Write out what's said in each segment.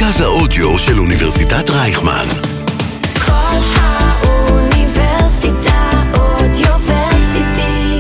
מרכז האודיו של אוניברסיטת רייכמן. כל האוניברסיטה אודיוורסיטי.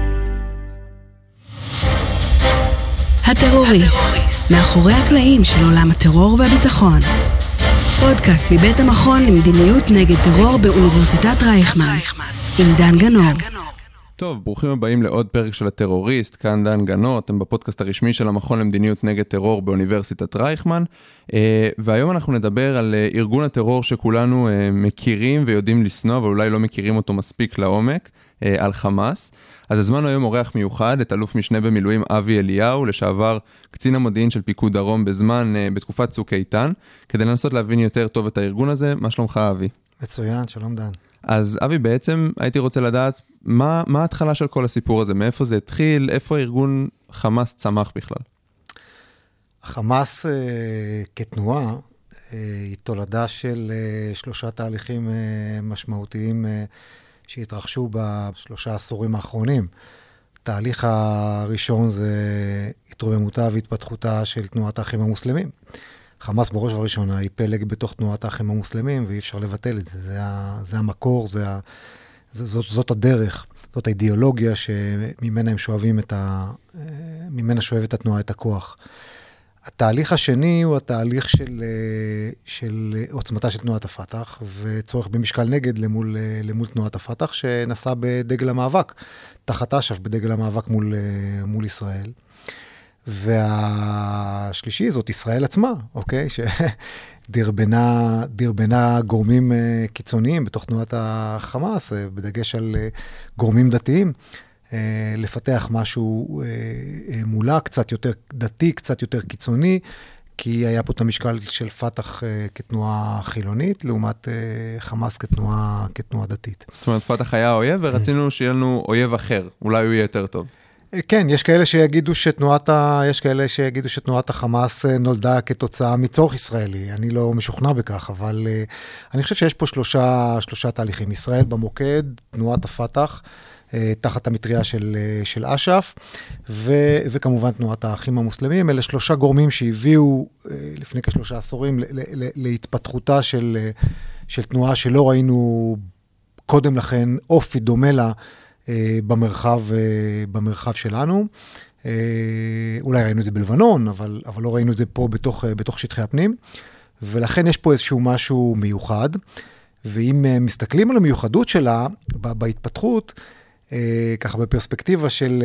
הטרוריסט, מאחורי הקלעים של עולם הטרור והביטחון. פודקאסט מבית המכון למדיניות נגד טרור באוניברסיטת רייכמן, עם דן גנור. טוב, ברוכים הבאים לעוד פרק של הטרוריסט, כאן דן גנור, אתם בפודקאסט הרשמי של המכון למדיניות נגד טרור באוניברסיטת רייכמן, והיום אנחנו נדבר על ארגון הטרור שכולנו מכירים ויודעים לשנוא, אבל אולי לא מכירים אותו מספיק לעומק, על חמאס. אז הזמנו היום אורח מיוחד, את אלוף משנה במילואים אבי אליהו, לשעבר קצין המודיעין של פיקוד דרום בתקופת צוק איתן, כדי לנסות להבין יותר טוב את הארגון הזה. מה שלומך, אבי? מצוין, שלום דן. אז אבי, בעצם הייתי רוצה לדעת מה ההתחלה של כל הסיפור הזה, מאיפה זה התחיל, איפה הארגון חמאס צמח בכלל? החמאס כתנועה היא תולדה של שלושה תהליכים משמעותיים שהתרחשו בשלושה עשורים האחרונים. התהליך הראשון זה התרוממותה והתפתחותה של תנועת האחים המוסלמים. חמאס בראש ובראשונה היא פלג בתוך תנועת האחים המוסלמים, ואי אפשר לבטל את זה. זה המקור, זאת הדרך, זאת האידיאולוגיה שממנה הם שואבים ממנה שואבת התנועה את הכוח. התהליך השני הוא התהליך של עוצמתה של תנועת הפתח, וצורך במשקל נגד למול תנועת הפתח, שנסע בדגל המאבק, תחת אש"ף בדגל המאבק מול ישראל. והשלישי זאת ישראל עצמה, אוקיי? שדרבנה גורמים קיצוניים בתוך תנועת החמאס, בדגש על גורמים דתיים, לפתח משהו מולה, קצת יותר דתי, קצת יותר קיצוני, כי היה פה את המשקל של פתח כתנועה חילונית, לעומת חמאס כתנועה דתית. זאת אומרת, פתח היה אויב, ורצינו שיהיה לנו אויב אחר, אולי הוא יהיה יותר טוב. כן, יש כאלה שיגידו שתנועת החמאס נולדה כתוצאה מצורך ישראלי. אני לא משוכנע בכך, אבל אני חושב שיש פה שלושה תהליכים. ישראל במוקד, תנועת הפתח, תחת המטריה של אש"ף, וכמובן תנועת האחים המוסלמים. אלה שלושה גורמים שהביאו לפני כשלושה עשורים להתפתחותה של תנועה שלא ראינו קודם לכן אופי דומה לה, במרחב שלנו. אולי ראינו את זה בלבנון, אבל לא ראינו את זה פה בתוך שטחי הפנים, ולכן יש פה איזשהו משהו מיוחד, ואם מסתכלים על המיוחדות שלה בהתפתחות, ככה בפרספקטיבה של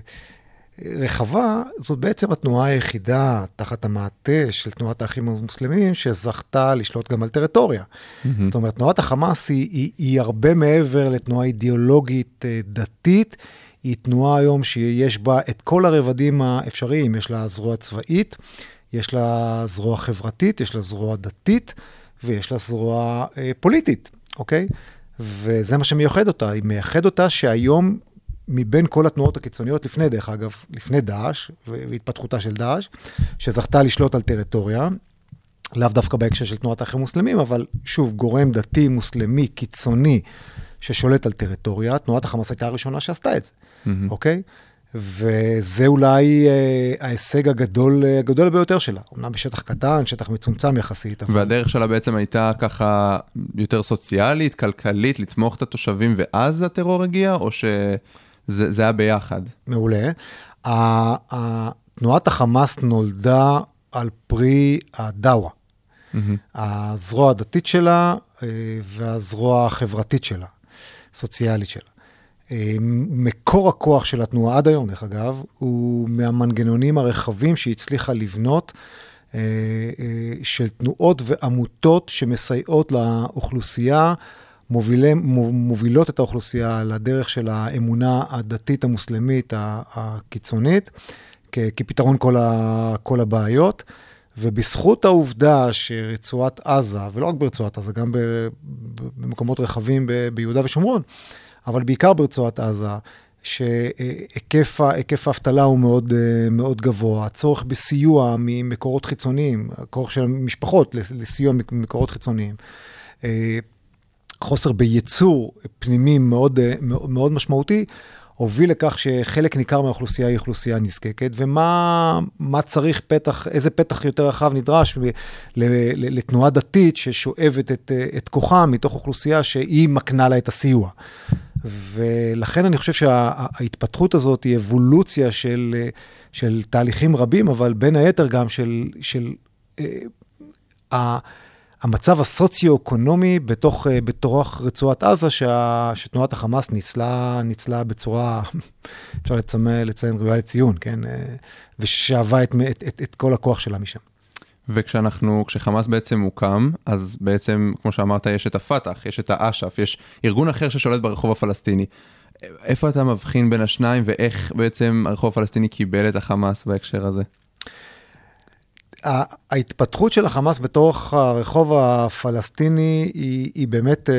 רחבה, זאת בעצם התנועה היחידה תחת המעטה של תנועת האחים המוסלמים, שזכתה לשלוט גם על טריטוריה. זאת אומרת, תנועת החמאס היא הרבה מעבר לתנועה אידיאולוגית דתית, היא תנועה היום שיש בה את כל הרבדים האפשריים, יש לה זרוע צבאית, יש לה זרוע חברתית, יש לה זרוע דתית, ויש לה זרוע פוליטית, אוקיי? וזה מה שמייחד אותה, היא מייחד אותה שהיום מבין כל התנועות הקיצוניות, לפני דאעש, והתפתחותה של דאעש, שזכתה לשלוט על טריטוריה, לאו דווקא בהקשר של תנועת האחים המוסלמים, אבל שוב, גורם דתי, מוסלמי, קיצוני, ששולט על טריטוריה, תנועת החמאס הייתה הראשונה שעשתה את זה, אוקיי? וזה אולי ההישג הגדול ביותר שלה. אומנם בשטח קטן, שטח מצומצם יחסית. והדרך שלה בעצם הייתה ככה יותר סוציאלית, כלכלית, לתמוך את התושבים, ואז הטרור הגיע, או שזה היה ביחד? מעולה. תנועת החמאס נולדה על פרי הדאווה. הזרוע הדתית שלה, והזרוע החברתית שלה, סוציאלית שלה. מקור הכוח של התנועה עד היום, דרך אגב, הוא מהמנגנונים הרחבים שהיא הצליחה לבנות, של תנועות ועמותות שמסייעות לאוכלוסייה, מובילות את האוכלוסייה לדרך של האמונה הדתית המוסלמית הקיצונית, כפתרון כל הבעיות, ובזכות העובדה שרצועת עזה, ולא רק ברצועת עזה, גם במקומות רחבים ביהודה ושומרון, אבל בעיקר ברצועת עזה, שהיקף האבטלה הוא מאוד, מאוד גבוה, הצורך בסיוע ממקורות חיצוניים, הכוח של המשפחות לסיוע ממקורות חיצוניים, חוסר בייצור פנימי מאוד, מאוד משמעותי, הוביל לכך שחלק ניכר מהאוכלוסייה היא אוכלוסייה נזקקת, ומה צריך פתח, איזה פתח יותר רחב נדרש לתנועה דתית ששואבת את כוחה מתוך אוכלוסייה שהיא מקנה לה את הסיוע. ולכן אני חושב שההתפתחות הזאת היא אבולוציה של תהליכים רבים, אבל בין היתר גם של המצב הסוציו-אקונומי בתוך רצועת עזה, שתנועת החמאס ניצלה בצורה, אפשר לציין ראויה לציון, כן? ושאבה את כל הכוח שלה משם. וכשחמאס בעצם הוקם, אז בעצם, כמו שאמרת, יש את הפתח, יש את האש"ף, יש ארגון אחר ששולט ברחוב הפלסטיני. איפה אתה מבחין בין השניים, ואיך בעצם הרחוב הפלסטיני קיבל את החמאס בהקשר הזה? ההתפתחות של החמאס בתוך הרחוב הפלסטיני היא באמת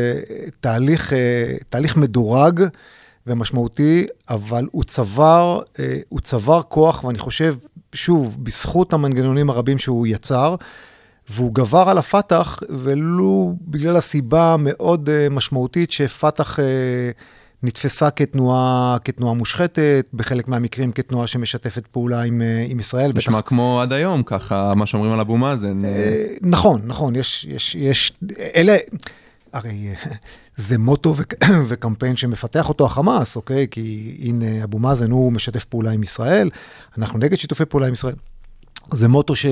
תהליך מדורג ומשמעותי, אבל הוא צבר כוח, ואני חושב, שוב, בזכות המנגנונים הרבים שהוא יצר, והוא גבר על הפתח, ולו בגלל הסיבה מאוד משמעותית שפתח נתפסה כתנועה מושחתת, בחלק מהמקרים כתנועה שמשתפת פעולה עם ישראל. נשמע כמו עד היום, ככה, מה שאומרים על אבו מאזן. נכון, יש, אלה, הרי זה מוטו וקמפיין שמפתח אותו החמאס, אוקיי? כי הנה אבו מאזן הוא משתף פעולה עם ישראל, אנחנו נגד שיתופי פעולה עם ישראל. זה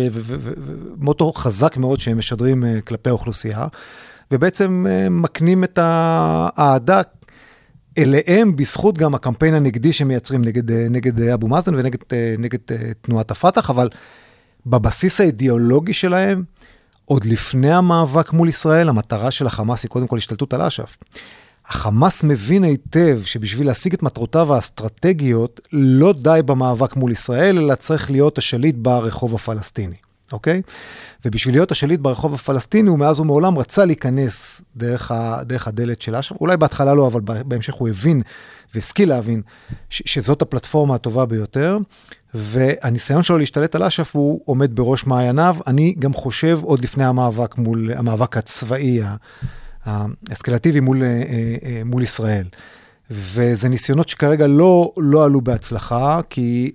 מוטו חזק מאוד שהם משדרים כלפי האוכלוסייה, ובעצם מקנים את האהדה אליהם בזכות גם הקמפיין הנגדי שמייצרים נגד אבו מאזן ונגד תנועת הפתח, אבל בבסיס האידיאולוגי שלהם, עוד לפני המאבק מול ישראל, המטרה של החמאס היא קודם כל השתלטות על אש"ף. החמאס מבין היטב שבשביל להשיג את מטרותיו האסטרטגיות, לא די במאבק מול ישראל, אלא צריך להיות השליט ברחוב הפלסטיני. אוקיי? ובשביל להיות השליט ברחוב הפלסטיני, הוא מאז ומעולם רצה להיכנס דרך הדלת של אש"ף. אולי בהתחלה לא, אבל בהמשך הוא הבין והשכיל להבין שזאת הפלטפורמה הטובה ביותר, והניסיון שלו להשתלט על אש"ף הוא עומד בראש מעייניו. אני גם חושב עוד לפני המאבק הצבאי, האסקלטיבי מול ישראל. וזה ניסיונות שכרגע לא עלו בהצלחה, כי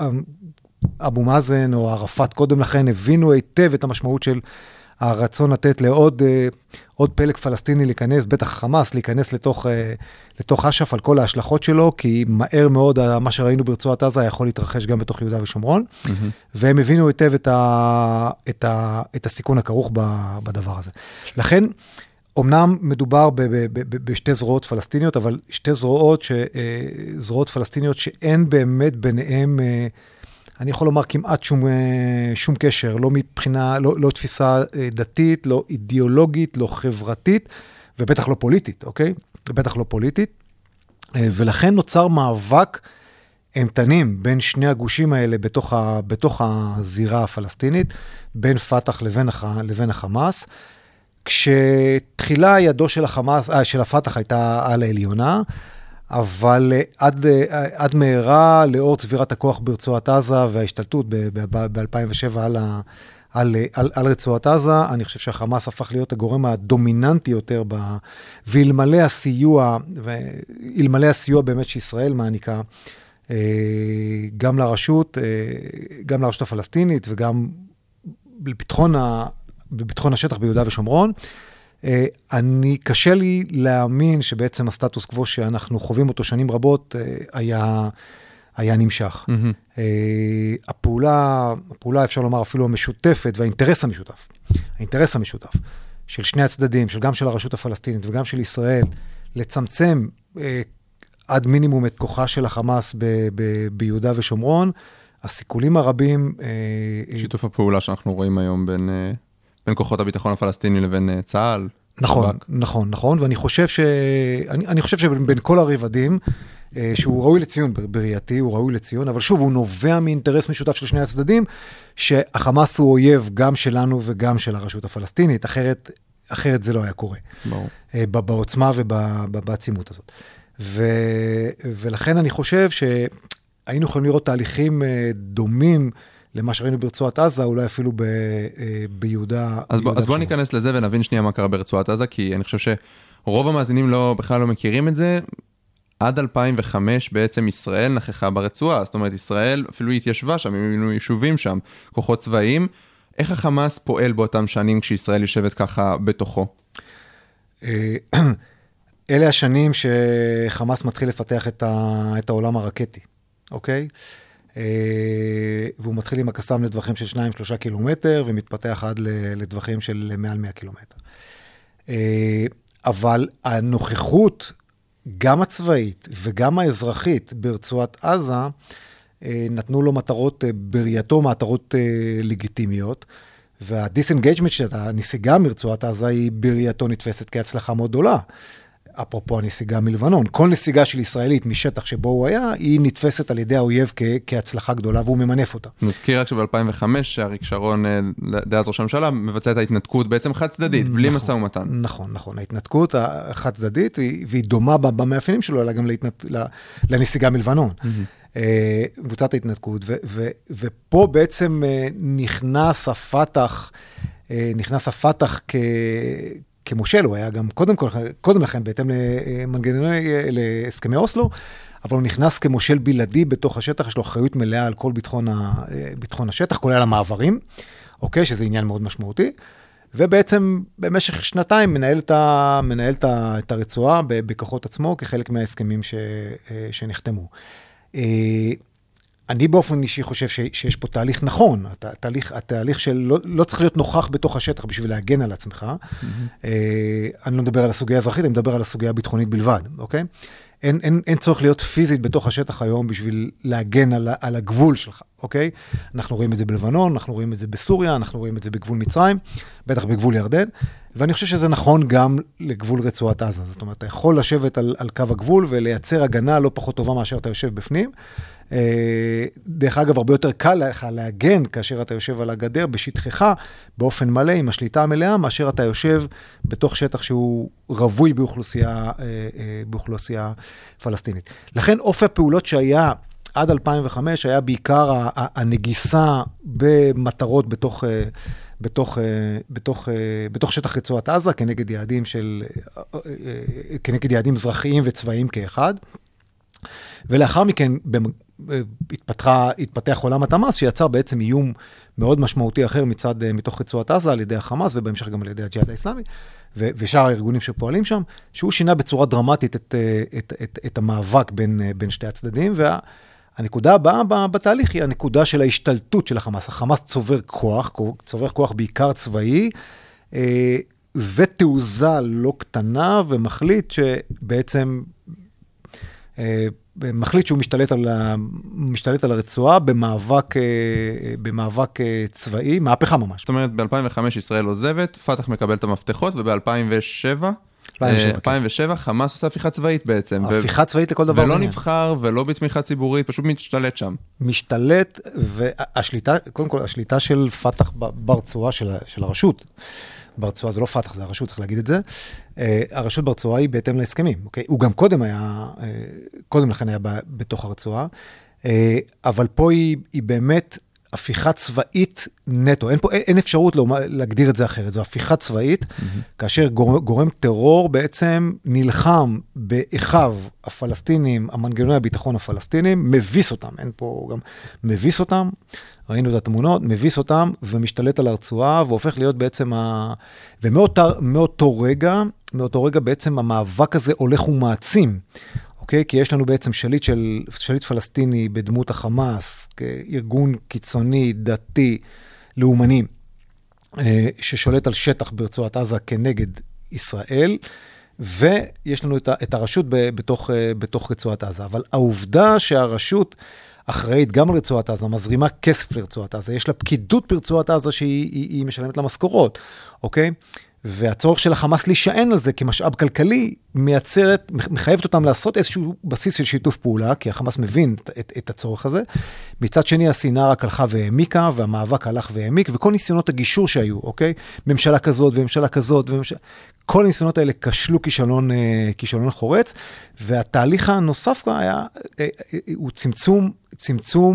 אבו מאזן או ערפאת קודם לכן הבינו היטב את המשמעות של הרצון לתת לעוד פלג פלסטיני להיכנס, בטח חמאס, להיכנס לתוך אש"ף על כל ההשלכות שלו, כי מהר מאוד מה שראינו ברצועת עזה יכול להתרחש גם בתוך יהודה ושומרון, והם הבינו היטב את הסיכון הכרוך בדבר הזה. לכן, אמנם מדובר בשתי זרועות פלסטיניות, אבל שתי זרועות פלסטיניות שאין באמת ביניהם, אני יכול לומר כמעט שום קשר, לא מבחינה, לא תפיסה דתית, לא אידיאולוגית, לא חברתית, ובטח לא פוליטית, אוקיי? בטח לא פוליטית. ולכן נוצר מאבק אימתנים בין שני הגושים האלה בתוך הזירה הפלסטינית, בין פתח לבין החמאס, כשתחילה ידו של הפתח הייתה על העליונה, אבל עד מהרה, לאור צבירת הכוח ברצועת עזה וההשתלטות ב-2007 על רצועת עזה, אני חושב שהחמאס הפך להיות הגורם הדומיננטי יותר, ואלמלא הסיוע באמת שישראל מעניקה, גם לרשות הפלסטינית וגם בביטחון השטח ביהודה ושומרון, קשה לי להאמין שבעצם הסטטוס קוו שאנחנו חווים אותו שנים רבות היה נמשך. הפעולה אפשר לומר אפילו המשותפת והאינטרס המשותף של שני הצדדים, גם של הרשות הפלסטינית וגם של ישראל, לצמצם עד מינימום את כוחה של החמאס ביהודה ושומרון, הסיכולים הרבים... שיתוף הפעולה שאנחנו רואים היום בין כוחות הביטחון הפלסטיני לבין צה"ל. נכון, ואני חושב שבין כל הרבדים, שהוא ראוי לציון בראייתי, הוא ראוי לציון, אבל שוב, הוא נובע מאינטרס משותף של שני הצדדים, שהחמאס הוא אויב גם שלנו וגם של הרשות הפלסטינית, אחרת זה לא היה קורה. בעוצמה ובעצימות הזאת. ולכן אני חושב שהיינו יכולים לראות תהליכים דומים למה שראינו ברצועת עזה, אולי אפילו ביהודה. אז בוא ניכנס לזה ונבין שנייה מה קרה ברצועת עזה, כי אני חושב שרוב המאזינים בכלל לא מכירים את זה. עד 2005 בעצם ישראל נכחה ברצועה, זאת אומרת ישראל אפילו התיישבה שם, היו יישובים שם, כוחות צבאיים. איך החמאס פועל באותם שנים כשישראל יושבת ככה בתוכו? אלה השנים שחמאס מתחיל לפתח את העולם הרקטי, אוקיי? והוא מתחיל עם הקסאם לטווחים של 2-3 קילומטר, ומתפתח עד לטווחים של מעל 100 קילומטר. אבל הנוכחות, גם הצבאית וגם האזרחית ברצועת עזה, נתנו לו מטרות, בראייתו מטרות לגיטימיות, והדיסנגייג'מנט של הנסיגה מרצועת עזה היא בראייתו נתפסת כהצלחה מאוד גדולה. אפרופו הנסיגה מלבנון, כל נסיגה של ישראלית משטח שבו הוא היה, היא נתפסת על ידי האויב כהצלחה גדולה, והוא ממנף אותה. נזכיר רק שב-2005, שאריק שרון, דאז ראש הממשלה, מבצע את ההתנתקות בעצם חד צדדית, בלי משא ומתן. נכון. ההתנתקות החד צדדית, והיא דומה במאפיינים שלו, אלא גם לנסיגה מלבנון. קבוצת ההתנתקות, ופה בעצם נכנס הפתח כמושל, הוא היה גם קודם לכן, בהתאם להסכמי אוסלו, אבל הוא נכנס כמושל בלעדי בתוך השטח, יש לו אחריות מלאה על כל ביטחון השטח, כולל המעברים, אוקיי, שזה עניין מאוד משמעותי, ובעצם במשך שנתיים מנהל את הרצועה בכוחות עצמו, כחלק מההסכמים שנחתמו. אני באופן אישי חושב שיש פה תהליך נכון, התהליך שלא צריך להיות נוכח בתוך השטח בשביל להגן על עצמך. אני לא מדבר על הסוגיה האזרחית, אני מדבר על הסוגיה הביטחונית בלבד, אוקיי? אין צורך להיות פיזית בתוך השטח היום בשביל להגן על הגבול שלך, אוקיי? אנחנו רואים את זה בלבנון, אנחנו רואים את זה בסוריה, אנחנו רואים את זה בגבול מצרים, בטח בגבול ירדן, ואני חושב שזה נכון גם לגבול רצועת עזה. זאת אומרת, אתה יכול לשבת על קו הגבול ולייצר הגנה לא פחות טובה מאשר אתה יושב בפנים. דרך אגב, הרבה יותר קל לך להגן כאשר אתה יושב על הגדר בשטחך באופן מלא, עם השליטה המלאה, מאשר אתה יושב בתוך שטח שהוא רווי באוכלוסייה פלסטינית. לכן אופי הפעולות שהיה עד 2005 היה בעיקר הנגיסה במטרות בתוך שטח רצועת עזה, כנגד יעדים אזרחיים וצבאיים כאחד. ולאחר מכן התפתח עולם התמ"ס, שיצר בעצם איום מאוד משמעותי אחר מתוך רצועת עזה, על ידי החמאס, ובהמשך גם על ידי הג'יהאד האסלאמי, ושאר הארגונים שפועלים שם, שהוא שינה בצורה דרמטית את המאבק בין שתי הצדדים, והנקודה הבאה בתהליך היא הנקודה של ההשתלטות של החמאס. החמאס צובר כוח בעיקר צבאי, ותעוזה לא קטנה, ומחליט שבעצם מחליט שהוא משתלט על הרצועה במאבק צבאי, מהפכה ממש. זאת אומרת, ב-2005 ישראל עוזבת, פתח מקבל את המפתחות, וב-2007 חמאס עושה הפיכה צבאית בעצם. הפיכה צבאית לכל דבר. ולא נבחר ולא בתמיכה ציבורית, פשוט משתלט שם. משתלט, והשליטה, קודם כל, השליטה של פתח ברצועה של הרשות, ברצועה זה לא פתח, זה הרשות, צריך להגיד את זה. הרשות ברצועה היא בהתאם להסכמים, אוקיי? הוא גם קודם לכן היה בתוך הרצועה, אבל פה היא באמת הפיכה צבאית נטו. אין אפשרות להגדיר את זה אחרת. זו הפיכה צבאית, כאשר גורם טרור בעצם נלחם באחיו הפלסטינים, המנגנוני הביטחון הפלסטינים, מביס אותם. אין פה גם מביס אותם, ראינו את התמונות, מביס אותם ומשתלט על הרצועה, והופך להיות בעצם ומאותו רגע בעצם המאבק הזה הולך ומעצים. אוקיי? כי יש לנו בעצם שליט פלסטיני בדמות החמאס, כארגון קיצוני, דתי, לאומני, ששולט על שטח ברצועת עזה כנגד ישראל, ויש לנו את הרשות בתוך רצועת עזה. אבל העובדה שהרשות אחראית גם על רצועת עזה, מזרימה כסף לרצועת עזה, יש לה פקידות ברצועת עזה שהיא משלמת לה משכורות, אוקיי? והצורך של החמאס להישען על זה כמשאב כלכלי, מחייבת אותם לעשות איזשהו בסיס של שיתוף פעולה, כי החמאס מבין את הצורך הזה. מצד שני, השנאה רק הלכה והעמיקה, והמאבק הלך והעמיק, וכל ניסיונות הגישור שהיו, אוקיי? ממשלה כזאת וממשלה כזאת, כל הניסיונות האלה כשלו כישלון חורץ, והתהליך הנוסף היה, הוא צמצום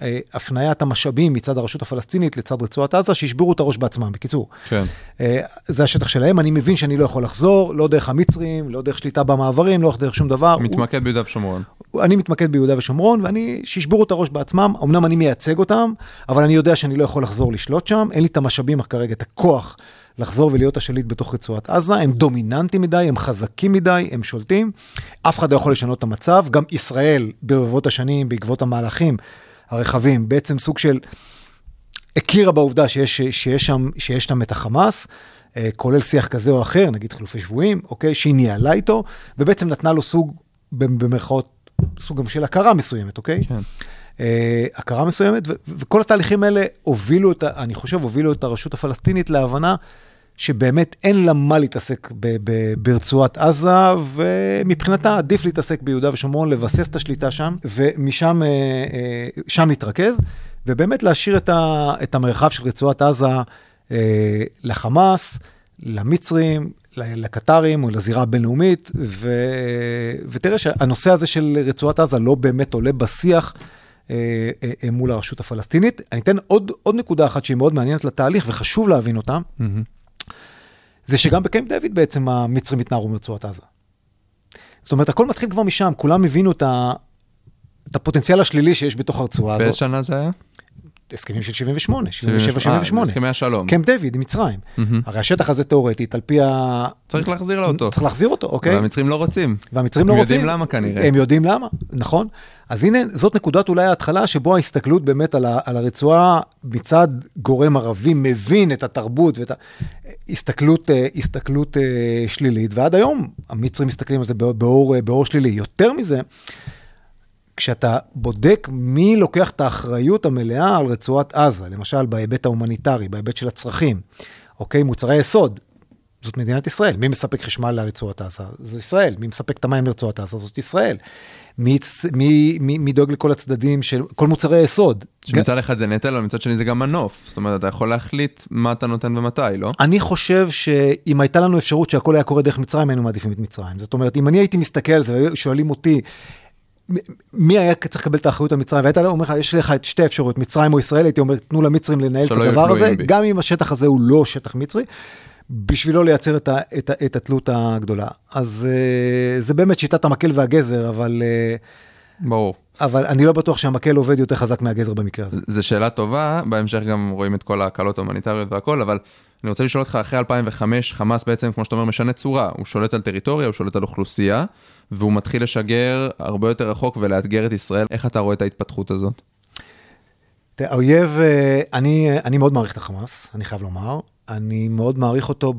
הפניית המשאבים מצד הרשות הפלסטינית לצד רצועת עזה, שישברו את הראש בעצמם, בקיצור. כן. זה השטח שלהם, אני מבין שאני לא יכול לחזור, לא דרך המצרים, לא דרך שליטה במעברים, לא דרך שום דבר. מתמקד ביהודה ושומרון. אני מתמקד ביהודה ושומרון, שישברו את הראש בעצמם, אמנם אני מייצג אותם, אבל אני יודע שאני לא יכול לחזור לשלוט שם, אין לי את המשאבים כרגע, את הכוח לחזור ולהיות השליט בתוך רצועת עזה, הם דומיננטים מדי, הם חזקים מדי, הם שולטים, אף אחד לא יכול לשנות את המצב, גם ישראל ברבבות השנים, בעקבות המהלכים הרחבים, בעצם סוג של הכירה בעובדה שיש שם את החמאס, כולל שיח כזה או אחר, נגיד חילופי שבויים, אוקיי, שהיא ניהלה איתו, ובעצם נתנה לו סוג, במרכאות, סוג גם של הכרה מסוימת, אוקיי? כן. הכרה מסוימת, וכל התהליכים האלה הובילו את הרשות הפלסטינית להבנה שבאמת אין לה מה להתעסק ברצועת עזה, ומבחינתה עדיף להתעסק ביהודה ושומרון, לבסס את השליטה שם, ומשם להתרכז, ובאמת להשאיר את המרחב של רצועת עזה לחמאס, למצרים, לקטרים או לזירה הבינלאומית, ותראה שהנושא הזה של רצועת עזה לא באמת עולה בשיח מול הרשות הפלסטינית. אני אתן עוד נקודה אחת שהיא מאוד מעניינת לתהליך, וחשוב להבין אותה, זה שגם בקמפ דיוויד בעצם המצרים התנערו מרצועת עזה. זאת אומרת, הכל מתחיל כבר משם, כולם הבינו את הפוטנציאל השלילי שיש בתוך הרצועה הזאת. באיזה שנה זה היה? הסכמים של 78, 77-78. הסכמי השלום. קמפ דיוויד, מצרים. הרי השטח הזה תיאורטית, על פי צריך להחזיר לו אותו. צריך להחזיר אותו, אוקיי? והמצרים לא רוצים. הם יודעים למה כנראה. הם יודעים למה, נכון. אז הנה, זאת נקודת אולי ההתחלה, שבו ההסתכלות באמת על הרצועה, מצד גורם ערבי, מבין את התרבות, ואת הסתכלות שלילית, ועד היום המצרים מסתכלים על זה באור שלילי. יותר מזה, כשאתה בודק מי לוקח את האחריות המלאה על רצועת עזה, למשל בהיבט ההומניטרי, בהיבט של הצרכים, אוקיי, מוצרי יסוד, זאת מדינת ישראל. מי מספק חשמל לרצועת עזה? זו ישראל. מי מספק את המים לרצועת עזה? זאת ישראל. מי דואג לכל הצדדים של כל מוצרי יסוד? שמצד אחד זה נטל, אבל מצד שני זה גם מנוף. זאת אומרת, אתה יכול להחליט מה אתה נותן ומתי, לא? אני חושב שאם הייתה לנו אפשרות שהכל היה קורה דרך מצרים, היינו מעדיפים את מצרים. זאת אומרת, אם אני הייתי מסתכל על זה, שואלים אותי, מי היה צריך לקבל את האחריות על מצרים, והיית אומר לך, יש לך את שתי אפשרויות, מצרים או ישראל, הייתי אומר, תנו למצרים לנהל את הדבר הזה, גם אם השטח הזה הוא לא שטח מצרי, בשבילו לייצר את התלות הגדולה. אז זה באמת שיטת המקל והגזר, אבל ברור. אבל אני לא בטוח שהמקל עובד יותר חזק מהגזר במקרה הזה. זו שאלה טובה, בהמשך גם רואים את כל ההקלות ההומניטריות והכל, אבל אני רוצה לשאול אותך, אחרי 2005, חמאס בעצם, כמו שאתה אומר, משנה צורה. הוא שולט על טריטוריה, הוא שולט על אוכלוסייה, והוא מתחיל לשגר הרבה יותר רחוק ולאתגר את ישראל. איך אתה רואה את ההתפתחות הזאת? האויב, אני מאוד מעריך את החמאס, אני חייב לומר. אני מאוד מעריך אותו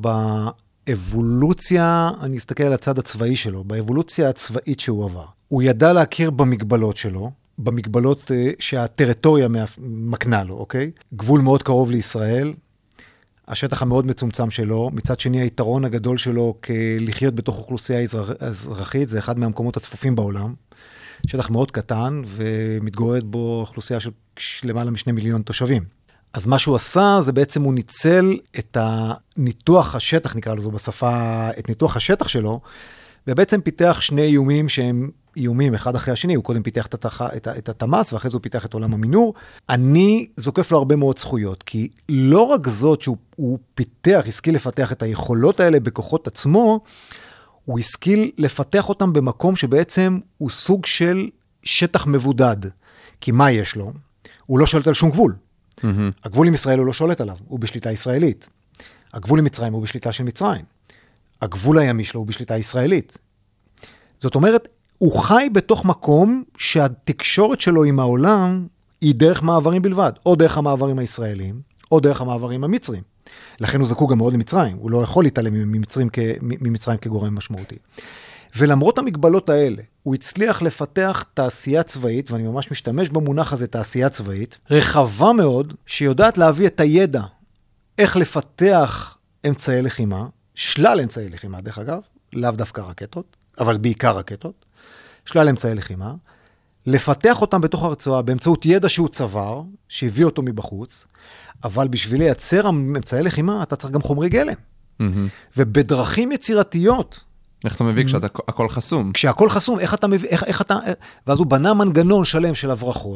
באבולוציה, אני אסתכל על הצד הצבאי שלו, באבולוציה הצבאית שהוא עבר. הוא ידע להכיר במגבלות שלו, במגבלות שהטריטוריה מקנה לו, אוקיי? גבול מאוד קרוב לישראל, השטח המאוד מצומצם שלו, מצד שני היתרון הגדול שלו כלחיות בתוך אוכלוסייה אזרחית, זה אחד מהמקומות הצפופים בעולם, שטח מאוד קטן ומתגוררת בו אוכלוסייה של למעלה מ2 מיליון תושבים. אז מה שהוא עשה זה בעצם הוא ניצל את הניתוח השטח, נקרא לזה בשפה, את ניתוח השטח שלו, ובעצם פיתח שני איומים שהם איומים אחד אחרי השני, הוא קודם פיתח את התמ"ס, ואחרי זה הוא פיתח את עולם המינור. אני זוקף לו הרבה מאוד זכויות, כי לא רק זאת שהוא פיתח, השכיל לפתח את היכולות האלה בכוחות עצמו, הוא השכיל לפתח אותם במקום שבעצם הוא סוג של שטח מבודד. כי מה יש לו? הוא לא שולט על שום גבול. הגבול עם ישראל הוא לא שולט עליו, הוא בשליטה ישראלית. הגבול עם מצרים הוא בשליטה של מצרים. הגבול הימי שלו הוא בשליטה ישראלית. זאת אומרת, הוא חי בתוך מקום שהתקשורת שלו עם העולם היא דרך מעברים בלבד, או דרך המעברים הישראלים, או דרך המעברים המצרים. לכן הוא זקוק גם מאוד למצרים, הוא לא יכול להתעלם ממצרים כגורם משמעותי. ולמרות המגבלות האלה, הוא הצליח לפתח תעשייה צבאית, ואני ממש משתמש במונח הזה, תעשייה צבאית, רחבה מאוד, שיודעת להביא את הידע, איך לפתח אמצעי לחימה, שלל אמצעי לחימה, דרך אגב, לאו דווקא רקטות, אבל בעיקר רקטות, שלל אמצעי לחימה, לפתח אותם בתוך הרצועה, באמצעות ידע שהוא צבר, שהביא אותו מבחוץ, אבל בשביל לייצר אמצעי לחימה, אתה צריך גם חומרי גלם. ובדרכים יצירתיות, איך אתה מביא כשהכל חסום? כשהכל חסום, איך אתה, ואז הוא בנה מנגנון שלם של הברחות,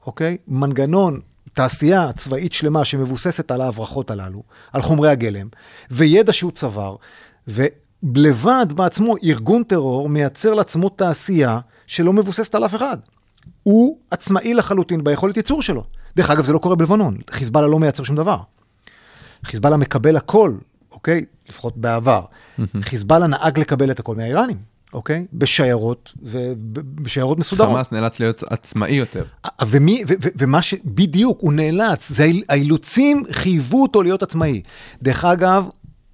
אוקיי? מנגנון, תעשייה צבאית שלמה שמבוססת על ההברחות הללו, על חומרי הגלם, וידע שהוא צבר, ולבד בעצמו ארגון טרור מייצר לעצמו תעשייה שלא מבוססת על אף אחד. הוא עצמאי לחלוטין ביכולת ייצור שלו. דרך אגב, זה לא קורה בלבנון. חיזבאללה לא מייצר שום דבר. חיזבאללה מקבל הכל, אוקיי? לפחות בעבר. חיזבאללה נהג לקבל את הכל מהאיראנים, אוקיי? בשיירות, ובשיירות מסודרות. חמאס נאלץ להיות עצמאי יותר. ומה שבדיוק, הוא נאלץ, זה האילוצים חייבו אותו להיות עצמאי. דרך אגב,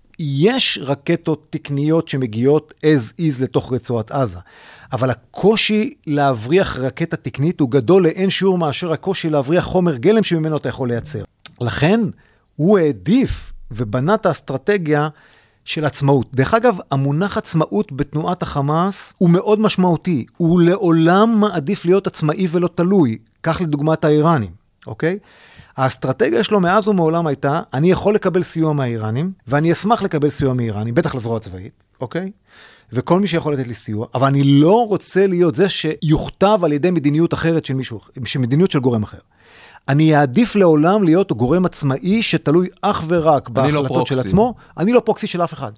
יש רקטות תקניות שמגיעות as is לתוך רצועת עזה. אבל הקושי להבריח רקטה תקנית הוא גדול לאין שיעור מאשר הקושי להבריח חומר גלם שממנו אתה יכול לייצר. לכן הוא העדיף ובנה את האסטרטגיה של עצמאות. דרך אגב, המונח עצמאות בתנועת החמאס הוא מאוד משמעותי. הוא לעולם מעדיף להיות עצמאי ולא תלוי. כך לדוגמת האיראנים, אוקיי? האסטרטגיה שלו מאז ומעולם הייתה, אני יכול לקבל סיוע מהאיראנים, ואני אשמח לקבל סיוע מאיראנים, בטח לזרוע צבאית, אוקיי? וכל מי שיכול לתת לי סיוע, אבל אני לא רוצה להיות זה שיוכתב על ידי מדיניות אחרת של מישהו, מדיניות של גורם אחר. אני אעדיף לעולם להיות גורם עצמאי שתלוי אך ורק בהחלטות של עצמו. אני לא פרוקסי של אף אחד.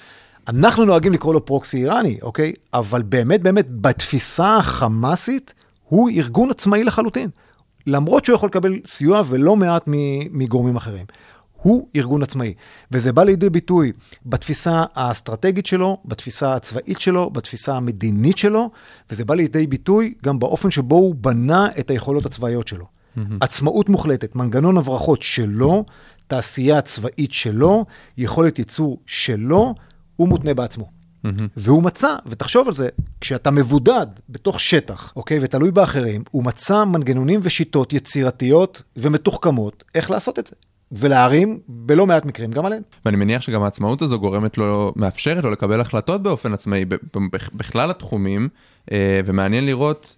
אנחנו נוהגים לקרוא לו פרוקסי איראני, אוקיי? אבל באמת, באמת, בתפיסה החמאסית, הוא ארגון עצמאי לחלוטין. למרות שהוא יכול לקבל סיוע ולא מעט מגורמים אחרים. הוא ארגון עצמאי. וזה בא לידי ביטוי בתפיסה האסטרטגית שלו, בתפיסה הצבאית שלו, בתפיסה המדינית שלו, וזה בא לידי ביטוי גם באופן שבו הוא בנה את היכולות הצבאיות שלו. עצמאות מוחלטת, מנגנון הברחות שלו, תעשייה צבאית שלו, יכולת ייצור שלו, הוא מותנה בעצמו. והוא מצא, ותחשוב על זה, כשאתה מבודד בתוך שטח, אוקיי, ותלוי באחרים, הוא מצא מנגנונים ושיטות יצירתיות ומתוחכמות, איך לעשות את זה. ולהרים בלא מעט מקרים גם עליהם. ואני מניח שגם העצמאות הזו גורמת לו, מאפשרת לו לקבל החלטות באופן עצמאי, בכלל התחומים, ומעניין לראות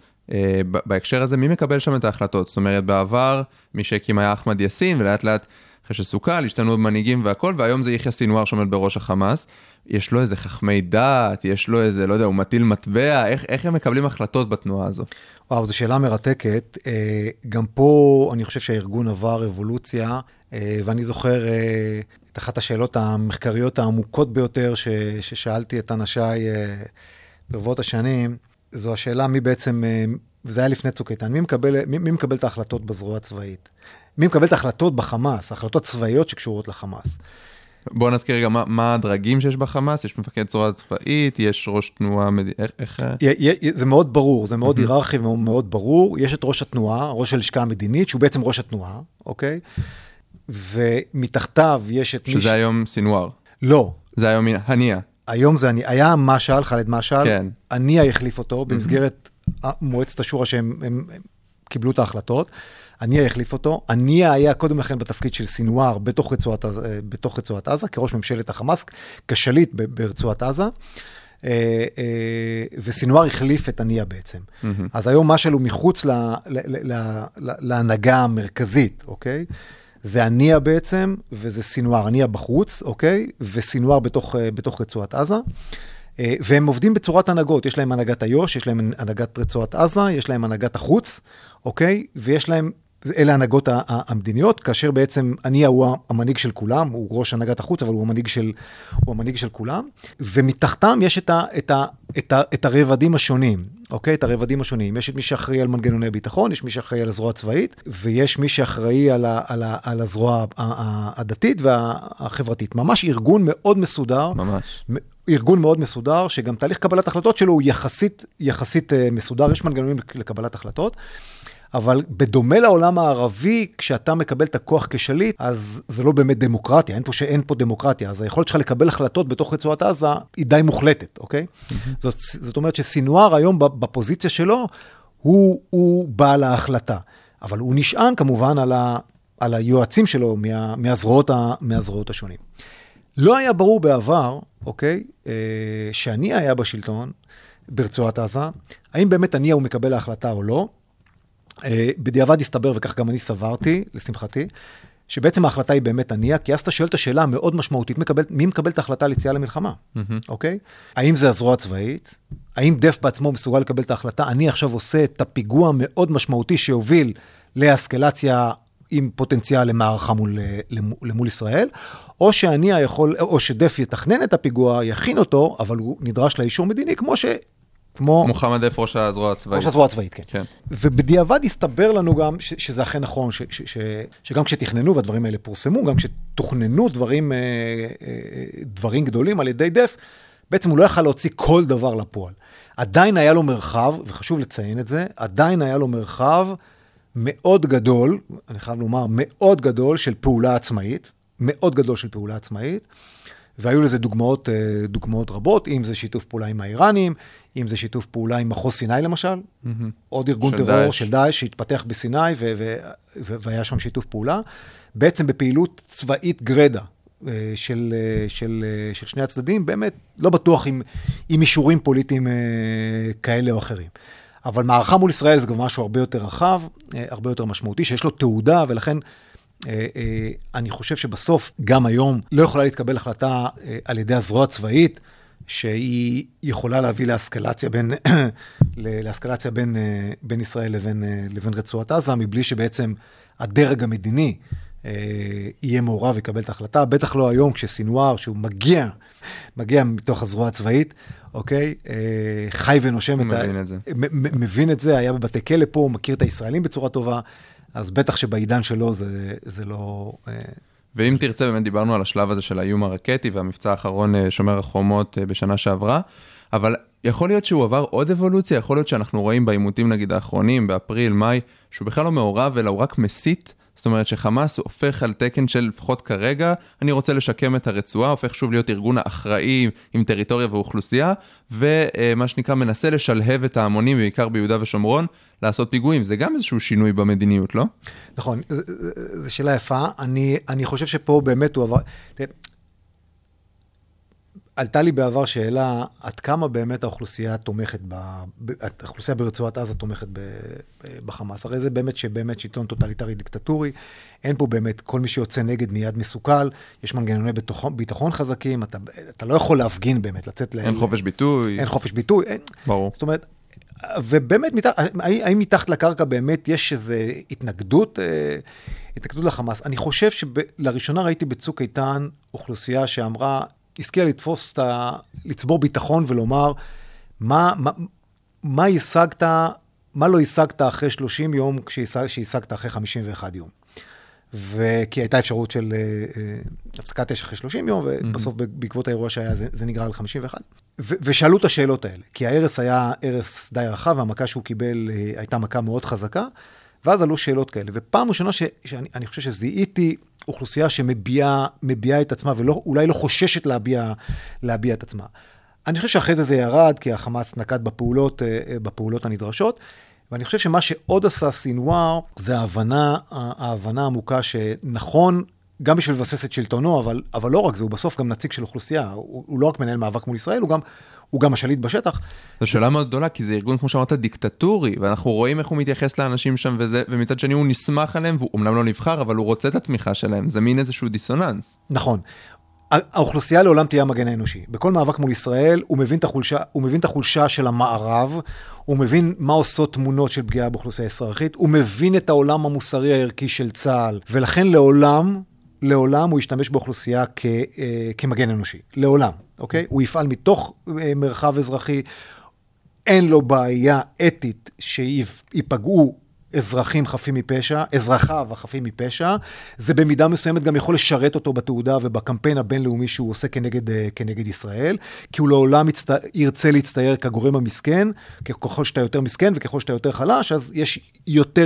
בהקשר הזה מי מקבל שם את ההחלטות. זאת אומרת, בעבר מי שהקים היה אחמד יאסין, ולאט לאט אחרי שסוכל, השתנו מנהיגים והכל, והיום זה יחיא סינואר שעומד בראש החמאס. יש לו איזה חכמי דת, יש לו איזה, לא יודע, הוא מטיל מטבע, איך הם מקבלים החלטות בתנועה הזו? וואו, זו שאלה מרתקת. גם פה אני חושב שהארגון עבר אבולוציה, ואני זוכר את אחת השאלות המחקריות העמוקות ביותר ששאלתי את אנשיי ברבות השנים, זו השאלה מי בעצם, וזה היה לפני צוק איתן, מי מקבל את ההחלטות בזרוע הצבאית? מי מקבל את ההחלטות בחמאס, החלטות צבאיות שקשורות לחמאס? בואו נזכיר רגע מה הדרגים שיש בחמאס, יש מפקד זרוע צבאית, יש ראש תנועה, איך? זה מאוד ברור, זה מאוד היררכי ומאוד ברור, יש את ראש התנועה, ראש הלשכה המדינית, שהוא בעצם ראש התנועה, אוקיי? ומתחתיו יש את שזה היום סינואר. לא. זה היום הניה. היום זה אני, היה משל, חלד משל, כן. הניה החליף אותו, במסגרת מועצת השורא שהם קיבלו את ההחלטות, הניה החליף אותו, הניה היה קודם לכן בתפקיד של סינואר בתוך רצועת עזה, כראש ממשלת החמאס, כשליט ברצועת עזה, וסינואר החליף את הניה בעצם. אז היום משל הוא מחוץ להנהגה המרכזית, אוקיי? זה הניה בעצם, וזה סינואר, הניה בחוץ, אוקיי? וסינואר בתוך רצועת עזה. והם עובדים בצורת הנהגות, יש להם הנהגת איו"ש, יש להם הנהגת רצועת עזה, יש להם הנהגת החוץ, אוקיי? ויש להם, אלה הנהגות המדיניות, כאשר בעצם הניה הוא המנהיג של כולם, הוא ראש הנהגת החוץ, אבל הוא המנהיג של כולם, ומתחתם יש את הרבדים השונים, אוקיי? את הרבדים השונים. יש את מי שאחראי על מנגנוני ביטחון, יש מי שאחראי על הזרוע הצבאית, ויש מי שאחראי על הזרוע הדתית והחברתית. ממש ארגון מאוד מסודר. ממש. ארגון מאוד מסודר, שגם תהליך קבלת החלטות שלו הוא יחסית מסודר, יש מנגנונים לקבלת החלטות, אבל בדומה לעולם הערבי, כשאתה מקבל את הכוח כשליט, אז זה לא באמת דמוקרטיה, אין פה דמוקרטיה, אז היכולת שלך לקבל החלטות בתוך רצועת עזה היא די מוחלטת, אוקיי? זאת אומרת שסינואר היום בפוזיציה שלו, הוא בעל ההחלטה, אבל הוא נשען כמובן על היועצים שלו מהזרועות השונים. לא היה ברור בעבר, אוקיי, שאני היה בשלטון ברצועת עזה, האם באמת אני הוא מקבל ההחלטה או לא, בדיעבד הסתבר, וכך גם אני סברתי, לשמחתי, שבעצם ההחלטה היא באמת עניה, כי אז אתה שואל את השאלה המאוד משמעותית, מי מקבל את ההחלטה על יציאה למלחמה? אוקיי? האם זה הזרוע הצבאית? האם דף בעצמו מסוגל לקבל את ההחלטה? אני עכשיו עושה את הפיגוע מאוד משמעותי שהוביל לאסקלציה עם פוטנציאל למערכה למול ישראל, או שאני יכול, או שדף יתכנן את הפיגוע, יכין אותו, אבל הוא נדרש לאישור מדיני, כמו מוחמד דף ראש הזרוע הצבאית. ראש הזרוע הצבאית, כן. כן. ובדיעבד הסתבר לנו גם שזה אכן נכון, שגם כשתכננו והדברים האלה פורסמו, גם כשתוכננו דברים גדולים על ידי דף, בעצם הוא לא יכל להוציא כל דבר לפועל. עדיין היה לו מרחב, וחשוב לציין את זה, עדיין היה לו מרחב מאוד גדול, אני חייב לומר, מאוד גדול של פעולה עצמאית, מאוד גדול של פעולה עצמאית, והיו לזה דוגמאות רבות, אם זה שיתוף פעולה עם האיראנים, אם זה שיתוף פעולה עם מחוז סיני למשל, עוד ארגון טרור של דאעש שהתפתח בסיני, והיה שם שיתוף פעולה, בעצם בפעילות צבאית גרדה של שני הצדדים, באמת לא בטוח עם אישורים פוליטיים כאלה או אחרים. אבל מערכה מול ישראל זה גם משהו הרבה יותר רחב, הרבה יותר משמעותי, שיש לו תעודה, ולכן אני חושב שבסוף, גם היום, לא יכולה להתקבל החלטה על ידי הזרוע הצבאית, שהיא יכולה להביא להסקלציה בין ישראל לבין רצועת עזה, מבלי שבעצם הדרג המדיני יהיה מעורב ויקבל את ההחלטה, בטח לא היום כשסינואר, שהוא מגיע מתוך הזרוע הצבאית, אוקיי? חי ונושם מבין את זה, היה בבתי כלא פה, מכיר את הישראלים בצורה טובה, אז בטח שבעידן שלו זה לא... ואם תרצה, באמת דיברנו על השלב הזה של האיום הרקטי, והמבצע האחרון שומר החומות בשנה שעברה, אבל יכול להיות שהוא עבר עוד אבולוציה, יכול להיות שאנחנו רואים בעימותים נגיד האחרונים, באפריל, מאי, שהוא בכלל לא מעורב, אלא הוא רק מסית, זאת אומרת שחמאס הופך על תקן של לפחות כרגע, אני רוצה לשקם את הרצועה, הופך שוב להיות ארגון האחראי עם טריטוריה ואוכלוסייה, ומה שנקרא מנסה לשלהב את ההמונים, בעיקר ביהודה ושומרון, לעשות פיגועים. זה גם איזשהו שינוי במדיניות, לא? נכון, זו שאלה יפה. אני חושב שפה באמת הוא עבר... עלתה לי בעבר שאלה, עד כמה באמת האוכלוסייה תומכת, האוכלוסייה ברצועת עזה תומכת בחמאס. הרי זה באמת שלטון טוטליטרי דיקטטורי, אין פה באמת כל מי שיוצא נגד מיד מסוכל, יש מנגנוני ביטחון חזקים, אתה לא יכול להפגין באמת, לצאת אין חופש ביטוי. אין חופש ביטוי. ברור. זאת אומרת, ובאמת, האם מתחת לקרקע באמת יש איזו התנגדות לחמאס? אני חושב שלראשונה ראיתי בצוק איתן אוכלוסייה שאמרה, השכילה לצבור ביטחון ולומר, מה השגת, מה לא השגת אחרי 30 יום כשהשגת אחרי 51 יום. וכי הייתה אפשרות של הפסקת אש אחרי 30 יום, ובסוף בעקבות האירוע שהיה זה נגרר על 51. ושאלו את השאלות האלה, כי ההרס היה הרס די רחב, והמכה שהוא קיבל הייתה מכה מאוד חזקה, ואז עלו שאלות כאלה. ופעם ראשונה שאני חושב שזיהיתי אוכלוסייה שמביעה את עצמה, ואולי לא חוששת להביע את עצמה. אני חושב שאחרי זה ירד, כי החמאס נקט בפעולות הנדרשות, ואני חושב שמה שעוד עשה סינואר, זה ההבנה העמוקה שנכון, גם בשביל לבסס את שלטונו, אבל לא רק זה, הוא בסוף גם נציג של אוכלוסייה, הוא לא רק מנהל מאבק מול ישראל, הוא גם השליט בשטח. זו שאלה מאוד גדולה, כי זה ארגון, כמו שאמרת, דיקטטורי, ואנחנו רואים איך הוא מתייחס לאנשים שם, ומצד שני הוא נשמח עליהם, והוא אומנם לא נבחר, אבל הוא רוצה את התמיכה שלהם, זה מין איזשהו דיסוננס. נכון. האוכלוסייה לעולם תהיה המגן האנושי. בכל מאבק מול ישראל, הוא מבין את החולשה של המערב, הוא מבין מה עושות תמונות של פגיעה באוכלוסייה אזרחית, הוא מבין את העולם המוסרי הערכי של צה"ל, ולכן לעולם הוא ישתמש באוכלוסייה כמגן אנושי. לעולם, אוקיי? הוא יפעל מתוך מרחב אזרחי, אין לו בעיה אתית שיפגעו אזרחים חפים מפשע, אזרחיו החפים מפשע, זה במידה מסוימת גם יכול לשרת אותו בתעודה ובקמפיין הבינלאומי שהוא עושה כנגד ישראל, כי הוא לעולם ירצה להצטייר כגורם המסכן, ככל שאתה יותר מסכן וככל שאתה יותר חלש, אז יש יותר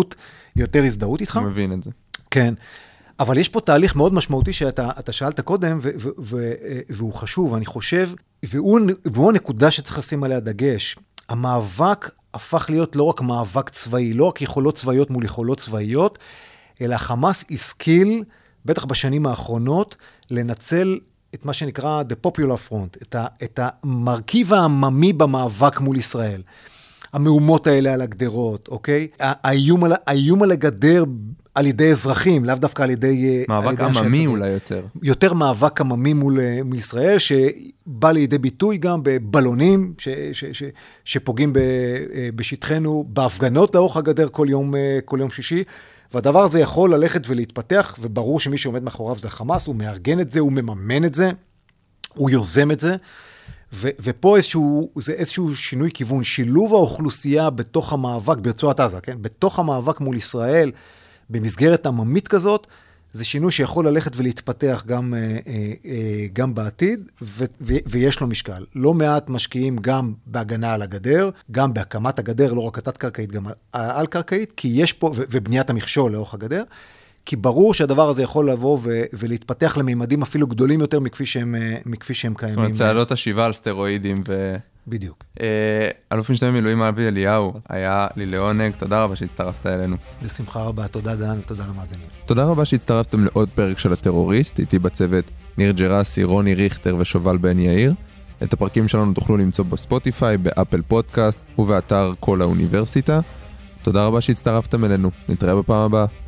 הזדהות איתך. אני מבין את זה. כן. אבל יש פה תהליך מאוד משמעותי שאתה שאלת קודם, והוא חשוב, אני חושב, והוא הנקודה שצריך לשים עליה דגש. המאבק הפך להיות לא רק מאבק צבאי, לא רק יכולות צבאיות מול יכולות צבאיות, אלא חמאס השכיל, בטח בשנים האחרונות, לנצל את מה שנקרא The Popular Front, את המרכיב העממי במאבק מול ישראל. המהומות האלה על הגדרות, אוקיי? האיום על הגדר על ידי אזרחים, לאו דווקא על ידי... מאבק עממי אולי יותר. יותר מאבק עממי מול ישראל, שבא לידי ביטוי גם בבלונים, שפוגעים בשטחנו, בהפגנות לאורך הגדר כל יום שישי, והדבר הזה יכול ללכת ולהתפתח, וברור שמי שעומד מאחוריו זה החמאס, הוא מארגן את זה, הוא מממן את זה, הוא יוזם את זה, ופה זה איזשהו שינוי כיוון, שילוב האוכלוסייה בתוך המאבק, ברצועת עזה, כן? בתוך המאבק מול ישראל, במסגרת עממית כזאת, זה שינוי שיכול ללכת ולהתפתח גם בעתיד, ויש לו משקל. לא מעט משקיעים גם בהגנה על הגדר, גם בהקמת הגדר, לא רק התת-קרקעית, גם על-קרקעית, כי יש פה, ובניית המכשול לאורך הגדר, כי ברור שהדבר הזה יכול לבוא ולהתפתח למימדים אפילו גדולים יותר מכפי שהם קיימים. זאת אומרת, צעדות השיבה על סטרואידים בדיוק. אלוף משנה מילואים אבי אליהו, היה לי לעונג, תודה רבה שהצטרפת אלינו. בשמחה רבה, תודה דן, תודה למאזינים. תודה רבה שהצטרפתם לעוד פרק של הטרוריסט, איתי בצוות ניר ג'רסי, רוני ריכטר ושובל בן יאיר. את הפרקים שלנו תוכלו למצוא בספוטיפיי, באפל פודקאסט ובאתר כל האוניברסיטה. תודה רבה שהצטרפתם אלינו, נתראה בפעם הבאה.